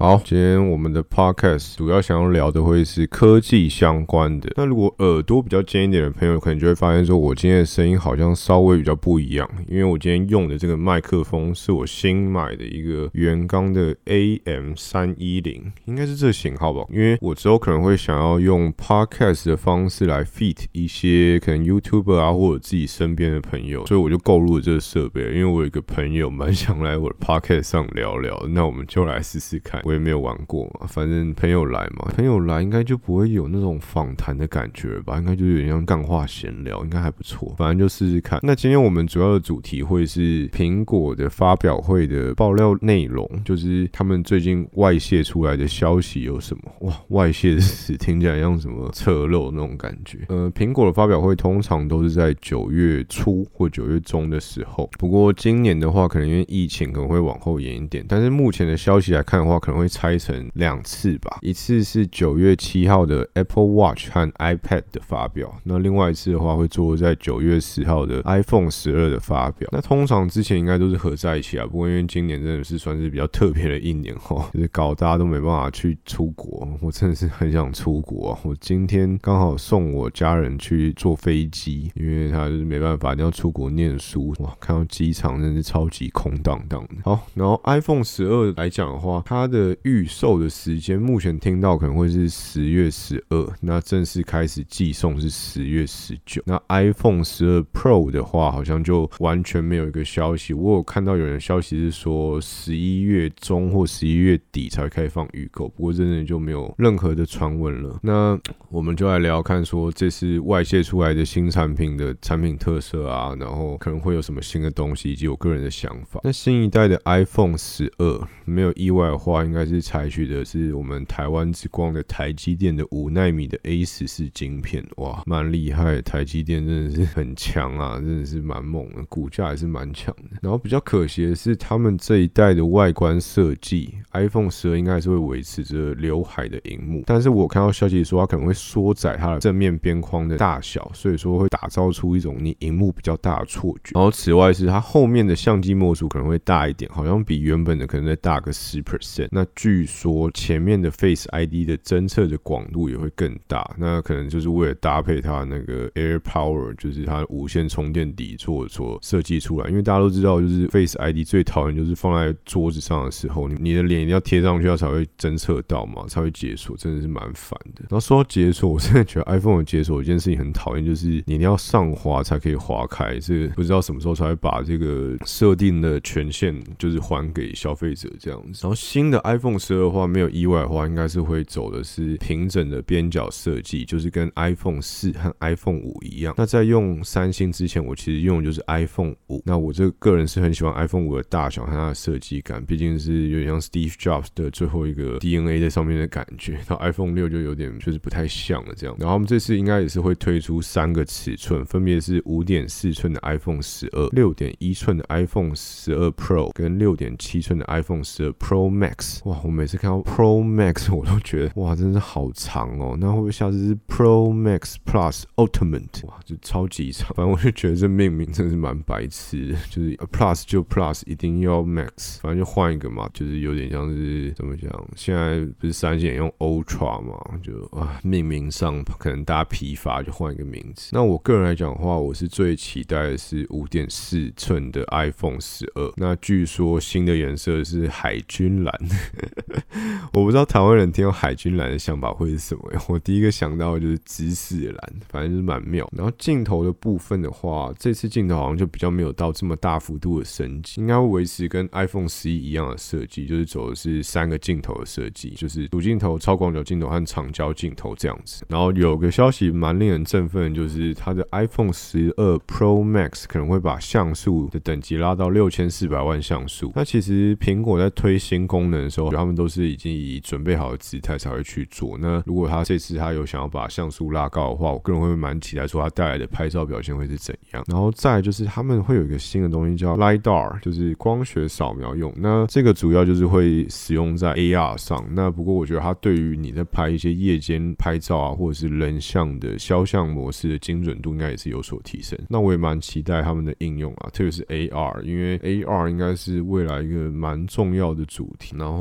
好，今天我们的 podcast 主要想要聊的会是科技相关的。那如果耳朵比较尖一点的朋友，可能就会发现说，我今天的声音好像稍微比较不一样，因为我今天用的这个麦克风是我新买的一个原钢的 AM310，应该是这个型号吧。因为我之后可能会想要用 podcast 的方式来 feat 一些可能 YouTuber 啊，或者自己身边的朋友，所以我就购入了这个设备。因为我有一个朋友蛮想来我的 podcast 上聊聊，那我们就来试试看。我也没有玩过嘛，反正朋友来嘛，朋友来应该就不会有那种访谈的感觉吧，应该就有点像干话闲聊，应该还不错，反正就试试看。那今天我们主要的主题会是苹果的发表会的爆料内容，就是他们最近外泄出来的消息有什么。哇，外泄的词听起来像什么侧漏那种感觉。苹果的发表会通常都是在9月初或9月中的时候，不过今年的话可能因为疫情可能会往后延一点，但是目前的消息来看的话，可能会拆成2次吧，一次是9月7号的 Apple Watch 和 iPad 的发表，那另外一次的话会做在9月10号的 iPhone 12的发表。那通常之前应该都是合在一起啊，不过因为今年真的是算是比较特别的一年齁，就是搞大家都没办法去出国，我真的是很想出国啊。我今天刚好送我家人去坐飞机，因为他就是没办法一定要出国念书，哇，看到机场真的是超级空荡荡的。好，然后 iPhone 12来讲的话，它的预售的时间目前听到可能会是10月12，那正式开始寄送是10月19。那 iPhone 12 Pro 的话好像就完全没有一个消息，我有看到有人消息是说11月中或11月底才会开放预购，不过真的就没有任何的传闻了。那我们就来聊看说这次外泄出来的新产品的产品特色啊，然后可能会有什么新的东西以及我个人的想法。那新一代的 iPhone 12没有意外的话应该是采取的是我们台湾之光的台积电的5奈米的 A14 晶片，哇，蛮厉害的，台积电真的是很强啊，真的是蛮猛的，股价也是蛮强的。然后比较可惜的是他们这一代的外观设计 iPhone 12应该还是会维持着刘海的萤幕，但是我看到消息说它可能会缩窄它的正面边框的大小，所以说会打造出一种你萤幕比较大的错觉。然后此外是它后面的相机模组可能会大一点，好像比原本的可能再大个 10%。 那据说前面的 Face ID 的侦测的广度也会更大，那可能就是为了搭配它那个 Air Power， 就是它的无线充电底座所设计出来。因为大家都知道就是 Face ID 最讨厌就是放在桌子上的时候，你的脸一定要贴上去它才会侦测到嘛，才会解锁，真的是蛮烦的。然后说到解锁，我真的觉得 iPhone 的解锁有一件事情很讨厌，就是你一定要上滑才可以滑开，这不知道什么时候才会把这个设定的权限就是还给消费者这样子。然后新的 iPhone 12的话，没有意外的话应该是会走的是平整的边角设计，就是跟 iPhone 4和 iPhone 5一样。那在用三星之前，我其实用的就是 iPhone 5，那我这个人是很喜欢 iPhone 5的大小和它的设计感，毕竟是有点像 Steve Jobs 的最后一个 DNA 在上面的感觉，然后 iPhone 6就有点就是不太像了这样。然后他们这次应该也是会推出3个尺寸，分别是 5.4 寸的 iPhone 12、6.1 寸的 iPhone 12 Pro 跟 6.7 寸的 iPhone 12 Pro Max。 哇，我每次看到 Pro Max 我都觉得哇真是好长哦，那会不会下次是 Pro Max Plus Ultimate？ 哇，就超级长。反正我就觉得这命名真的是蛮白痴的，就是 Plus 就 Plus 一定要 Max， 反正就换一个嘛，就是有点像是怎么讲，现在不是三星也用 Ultra 嘛，就命名上可能大家疲乏就换一个名字。那我个人来讲的话，我是最期待的是 5.4 寸的 iPhone 12，那据说新的颜色是海军蓝我不知道台湾人听到海军蓝的想法会是什么，我第一个想到的就是知识的蓝，反正就是蛮妙。然后镜头的部分的话，这次镜头好像就比较没有到这么大幅度的升级，应该会维持跟 iPhone 11一样的设计，就是走的是3个镜头的设计，就是主镜头、超广角镜头和长焦镜头这样子。然后有个消息蛮令人振奋的，就是它的 iPhone 12 Pro Max 可能会把像素的等级拉到6400万像素。那其实苹果在推新功能的时候，他们都是已经以准备好的姿态才会去做。那如果他这次他有想要把像素拉高的话，我个人会蛮期待说他带来的拍照表现会是怎样。然后再来就是他们会有一个新的东西叫 LiDAR， 就是光学扫描用。那这个主要就是会使用在 AR 上。那不过我觉得它对于你在拍一些夜间拍照啊，或者是人像的肖像模式的精准度应该也是有所提升。那我也蛮期待他们的应用啊，特别是 AR， 因为 AR 应该是未来一个蛮重要的主题。然后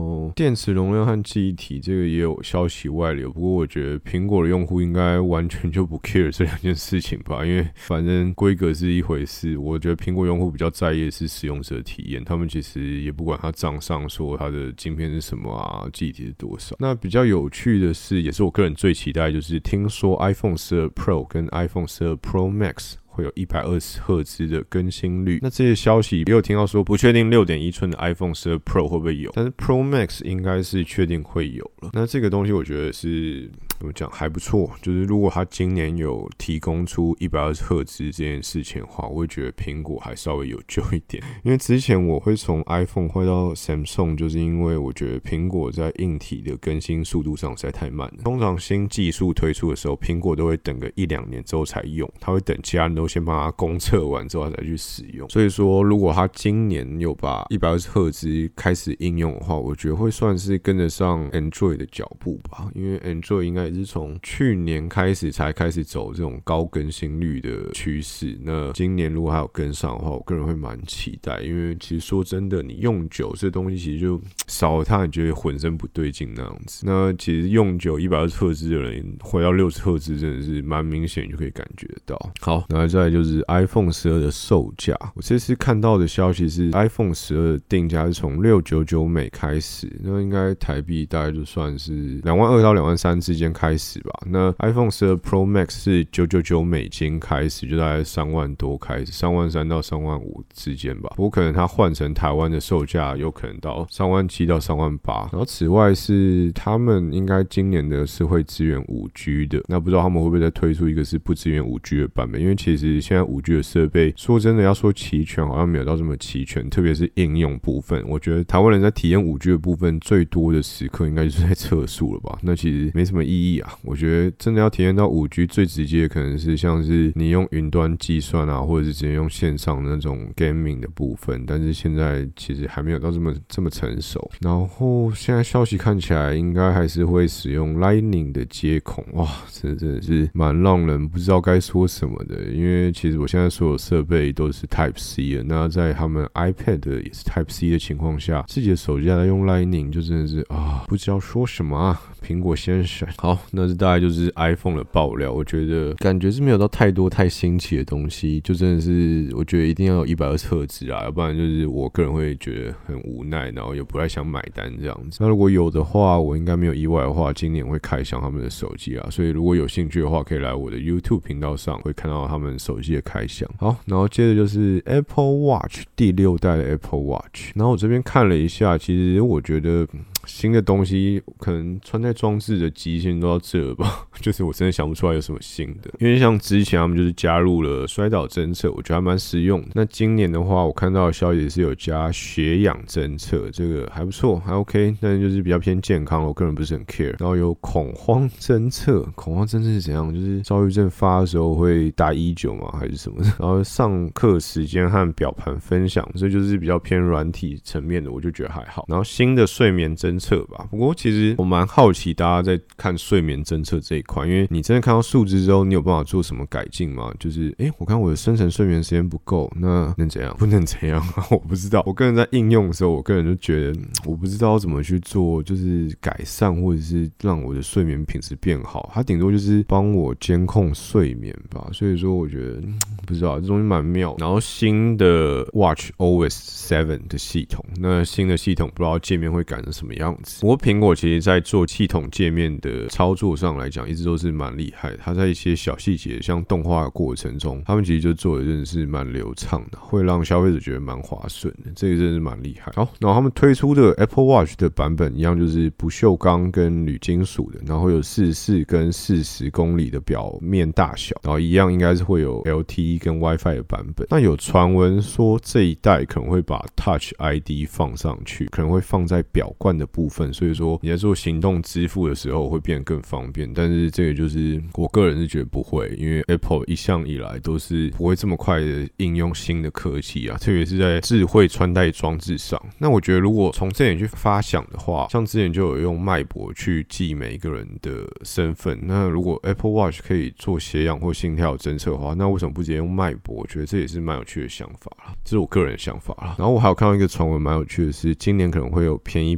后电池容量和记忆体这个也有消息外流，不过我觉得苹果的用户应该完全就不 care 这2件事情吧，因为反正规格是一回事，我觉得苹果用户比较在意的是使用者体验，他们其实也不管他账上说他的晶片是什么啊，记忆体是多少。那比较有趣的是，也是我个人最期待，就是听说 iPhone 12 Pro 跟 iPhone 12 Pro Max会有120赫兹的更新率。那这些消息也有听到说不确定6.1寸的 iPhone 12 Pro 会不会有，但是 Pro Max 应该是确定会有了。那这个东西我觉得是怎么讲还不错，就是如果他今年有提供出120赫兹这件事情的话，我会觉得苹果还稍微有救一点。因为之前我会从 iPhone 换到 Samsung， 就是因为我觉得苹果在硬体的更新速度上实在太慢了。通常新技术推出的时候，苹果都会等个1-2年之后才用，他会等其他人都先帮他公测完之后才去使用。所以说如果他今年有把120赫兹开始应用的话，我觉得会算是跟得上 Android 的脚步吧，因为 Android 应该也是从去年开始才开始走这种高更新率的趋势。那今年如果还有跟上的话，我个人会蛮期待，因为其实说真的，你用久这东西其实就少了它，你觉得浑身不对劲那样子。那其实用久120赫兹的人回到60赫兹真的是蛮明显就可以感觉得到。好，那再来就是 iPhone 12的售价，我这次看到的消息是 iPhone 12的定价是从$699美开始，那应该台币大概就算是22000到23000之间开始吧。那 iPhone 12 Pro Max 是$999美金开始，就大概3万多开始，33000到3万5之间吧。不过可能它换成台湾的售价有可能到37000到38000。然后此外是他们应该今年的是会支援 5G 的，那不知道他们会不会再推出一个是不支援 5G 的版本，因为其实现在 5G 的设备说真的要说齐全好像没有到这么齐全，特别是应用部分，我觉得台湾人在体验 5G 的部分最多的时刻应该就是在测速了吧，那其实没什么意义啊。我觉得真的要体验到 5G 最直接的可能是像是你用云端计算啊，或者是直接用线上那种 gaming 的部分，但是现在其实还没有到这么成熟。然后现在消息看起来应该还是会使用 Lightning 的接孔，哇，真的是蛮让人不知道该说什么的，因为其实我现在所有设备都是 Type C 的，那在他们 iPad 也是 Type C 的情况下，自己的手机还在用 Lightning， 就真的是不知道说什么啊，苹果先生。好，那这大概就是 iPhone 的爆料，我觉得感觉是没有到太多太新奇的东西，就真的是我觉得一定要有120赫兹啊，要不然就是我个人会觉得很无奈，然后也不太想买单这样子。那如果有的话，我应该没有意外的话，今年会开箱他们的手机啊，所以如果有兴趣的话，可以来我的 YouTube 频道上会看到他们手机的开箱。好，然后接着就是 Apple Watch 第6代的 Apple Watch， 然后我这边看了一下，其实我觉得新的东西可能穿戴装置的极限都到这了吧，就是我真的想不出来有什么新的，因为像之前他们就是加入了摔倒侦测，我觉得还蛮实用的。那今年的话，我看到的消息是有加血氧侦测，这个还不错，还 OK， 但是就是比较偏健康，我个人不是很 care。然后有恐慌侦测，恐慌侦测是怎样？就是躁郁症发的时候会打119吗？还是什么的？然后上课时间和表盘分享，所以就是比较偏软体层面的，我就觉得还好。然后新的睡眠侦测吧，不过其实我蛮好奇大家在看睡眠侦测这一块，因为你真的看到数值之后，你有办法做什么改进吗？就是我看我的深层睡眠时间不够，那能怎样？不能怎样？我不知道。我个人在应用的时候，我个人就觉得我不知道怎么去做，就是改善或者是让我的睡眠品质变好，它顶多就是帮我监控睡眠吧。所以说我觉得不知道，这东西蛮妙。然后新的 Watch OS 7的系统，那新的系统不知道界面会改成什么样子。不过苹果其实在做系统界面的操作上来讲，一直都是蛮厉害的。它在一些小细节，像动画的过程中，他们其实就做的真的是蛮流畅的，会让消费者觉得蛮滑顺的，这个真的是蛮厉害。好，然后他们推出的 Apple Watch 的版本一样，就是不锈钢跟铝金属的，然后有44跟40公里的表面大小，然后一样应该是会有 LTE 跟 WiFi 的版本。那有传闻说这一代可能会把 Touch ID 放上去，可能会放在表冠的部分，所以说你在做行动支付的时候会变得更方便。但是这个就是我个人是觉得不会，因为 Apple 一向以来都是不会这么快的应用新的科技啊，特别是在智慧穿戴装置上。那我觉得如果从这点去发想的话，像之前就有用脉搏去记每一个人的身份，那如果 Apple Watch 可以做血氧或心跳侦测的话，那为什么不直接用脉搏？我觉得这也是蛮有趣的想法啦，这是我个人的想法啦。然后我还有看到一个传闻蛮有趣的是，今年可能会有便宜版本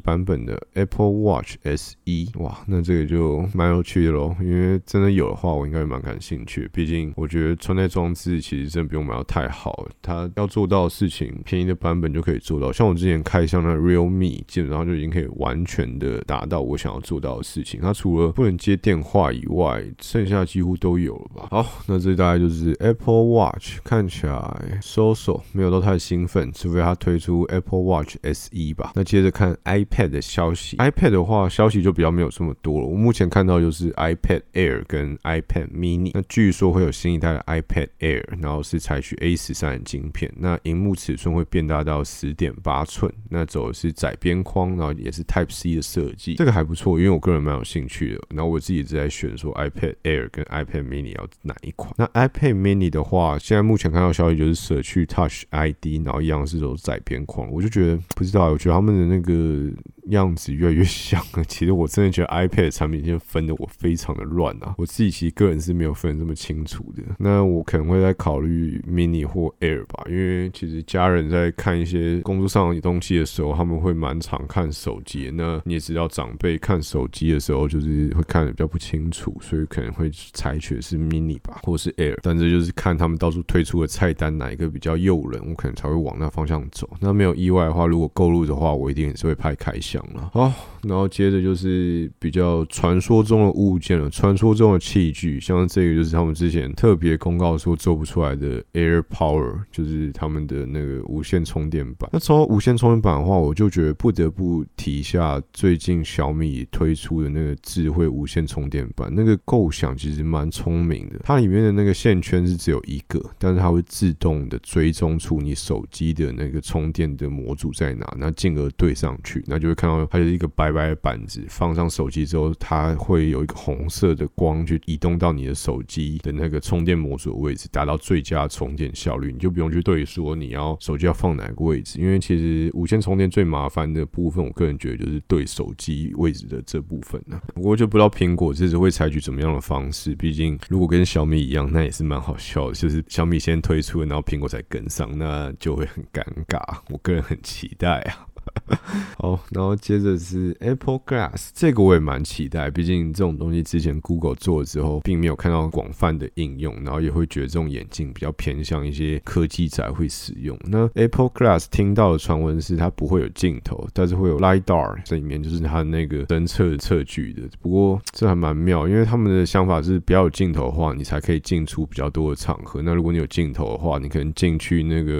版的 Apple Watch SE， 哇，那这个就蛮有趣的咯，因为真的有的话，我应该蛮感兴趣的。毕竟我觉得穿戴装置其实真的不用买到太好，它要做到的事情，便宜的版本就可以做到。像我之前开箱的 Realme， 基本上就已经可以完全的达到我想要做到的事情。它除了不能接电话以外，剩下几乎都有了吧。好，那这大概就是 Apple Watch， 看起来没有到太兴奋，除非它推出 Apple Watch SE 吧。那接着看 iPad 的消息 ，iPad 的话消息就比较没有这么多了。我目前看到就是 iPad Air 跟 iPad Mini， 那据说会有新一代的 iPad Air， 然后是采取 A13 的晶片，那萤幕尺寸会变大到 10.8 寸，那走的是窄边框，然后也是 Type C 的设计，这个还不错，因为我个人蛮有兴趣的。然后我自己一直在选说 iPad Air 跟 iPad Mini 要哪一款。那 iPad Mini 的话，现在目前看到消息就是舍去 Touch ID， 然后一样是走窄边框，我就觉得不知道，我觉得他们的那个样子越来越像了。其实我真的觉得 iPad 的产品线分的我非常的乱啊，我自己其实个人是没有分得这么清楚的。那我可能会再考虑 Mini 或 Air 吧，因为其实家人在看一些工作上的东西的时候，他们会蛮常看手机的。那你也知道，长辈看手机的时候就是会看得比较不清楚，所以可能会采取的是 Mini 吧，或是 Air。但这就是看他们到处推出的菜单哪一个比较诱人，我可能才会往那方向走。那没有意外的话，如果购入的话，我一定也是会拍开箱了。好，然后接着就是比较传说中的物件了，传说中的器具，像这个就是他们之前特别公告说做不出来的 Air Power， 就是他们的那个无线充电板。那说到无线充电板的话，我就觉得不得不提一下最近小米推出的那个智慧无线充电板，那个构想其实蛮聪明的。它里面的那个线圈是只有一个，但是它会自动的追踪出你手机的那个充电的模组在哪，那进而对上去，那就会看到它就是一个白白的板子，放上手机之后，它会有一个红色的光去移动到你的手机的那个充电模组的位置，达到最佳充电效率。你就不用去对说你要手机要放哪个位置，因为其实无线充电最麻烦的部分，我个人觉得就是对手机位置的这部分啊。不过就不知道苹果这次会采取怎么样的方式，毕竟如果跟小米一样，那也是蛮好笑的，就是小米先推出，然后苹果才跟上，那就会很尴尬。我个人很期待啊。好，然后接着是 Apple Glass， 这个我也蛮期待，毕竟这种东西之前 Google 做了之后，并没有看到广泛的应用，然后也会觉得这种眼镜比较偏向一些科技宅会使用。那 Apple Glass 听到的传闻是它不会有镜头，但是会有 LiDAR， 这里面就是它的那个侦测测距的。不过这还蛮妙，因为他们的想法是不要有镜头的话，你才可以进出比较多的场合。那如果你有镜头的话，你可能进去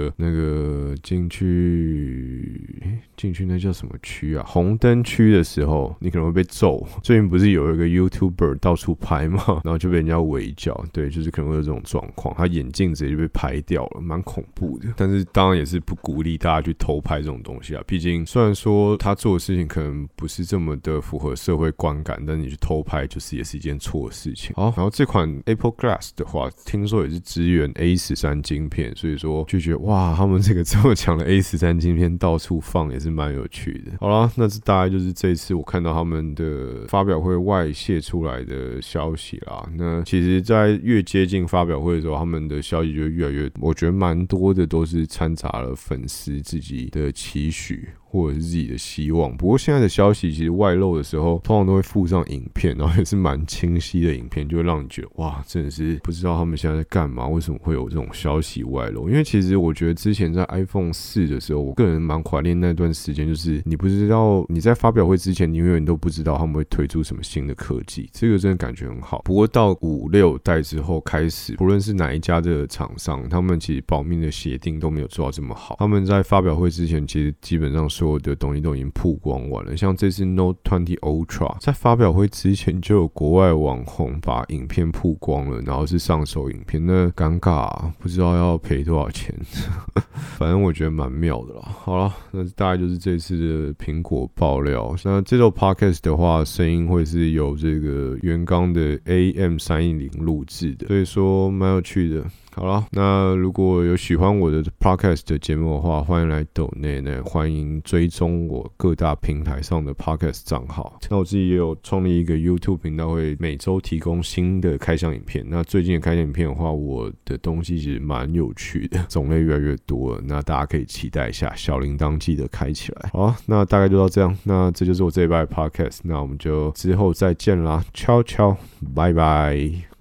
进去那叫什么区啊？红灯区的时候，你可能会被揍。最近不是有一个 YouTuber 到处拍嘛，然后就被人家围剿，对，就是可能会有这种状况。他眼镜直接就被拍掉了，蛮恐怖的。但是当然也是不鼓励大家去偷拍这种东西啊。毕竟虽然说他做的事情可能不是这么的符合社会观感，但你去偷拍就是也是一件错的事情。好，然后这款 Apple Glass 的话，听说也是支援 A13 晶片，所以说就觉得哇，他们这个这么强的 A13 晶片到处放也是蛮有趣的。好啦，那这大概就是这一次我看到他们的发表会外泄出来的消息啦。那其实在越接近发表会的时候，他们的消息就越来越，我觉得蛮多的都是掺杂了粉丝自己的期许或者是自己的希望。不过现在的消息其实外露的时候，通常都会附上影片，然后也是蛮清晰的影片，就会让你觉得哇，真的是不知道他们现在在干嘛，为什么会有这种消息外露。因为其实我觉得之前在 iPhone 4的时候，我个人蛮怀念那段时间，就是你不知道你在发表会之前，你永远都不知道他们会推出什么新的科技，这个真的感觉很好。不过到5、6代之后开始，不论是哪一家的厂商，他们其实保密的协定都没有做到这么好。他们在发表会之前，其实基本上所有的东西都已经曝光完了。像这次 Note 20 Ultra 在发表会之前就有国外网红把影片曝光了，然后是上手影片，那尴尬啊，不知道要赔多少钱。反正我觉得蛮妙的啦。好啦，那大概就是这次的苹果爆料。那这周 podcast 的话，声音会是由这个原刚的 AM310录制的，所以说蛮有趣的。 好了，那如果有喜欢我的 podcast 的节目的话，欢迎来抖内呢，欢迎追踪我各大平台上的 podcast 账号。那我自己也有创立一个 YouTube 频道，会每周提供新的开箱影片。那最近的开箱影片的话，我的东西其实蛮有趣的，种类越来越多了，那大家可以期待一下，小铃铛记得开起来。好，那大概就到这样，那这就是我这一拜的 podcast，那我们就之后再见啦，悄悄，拜拜。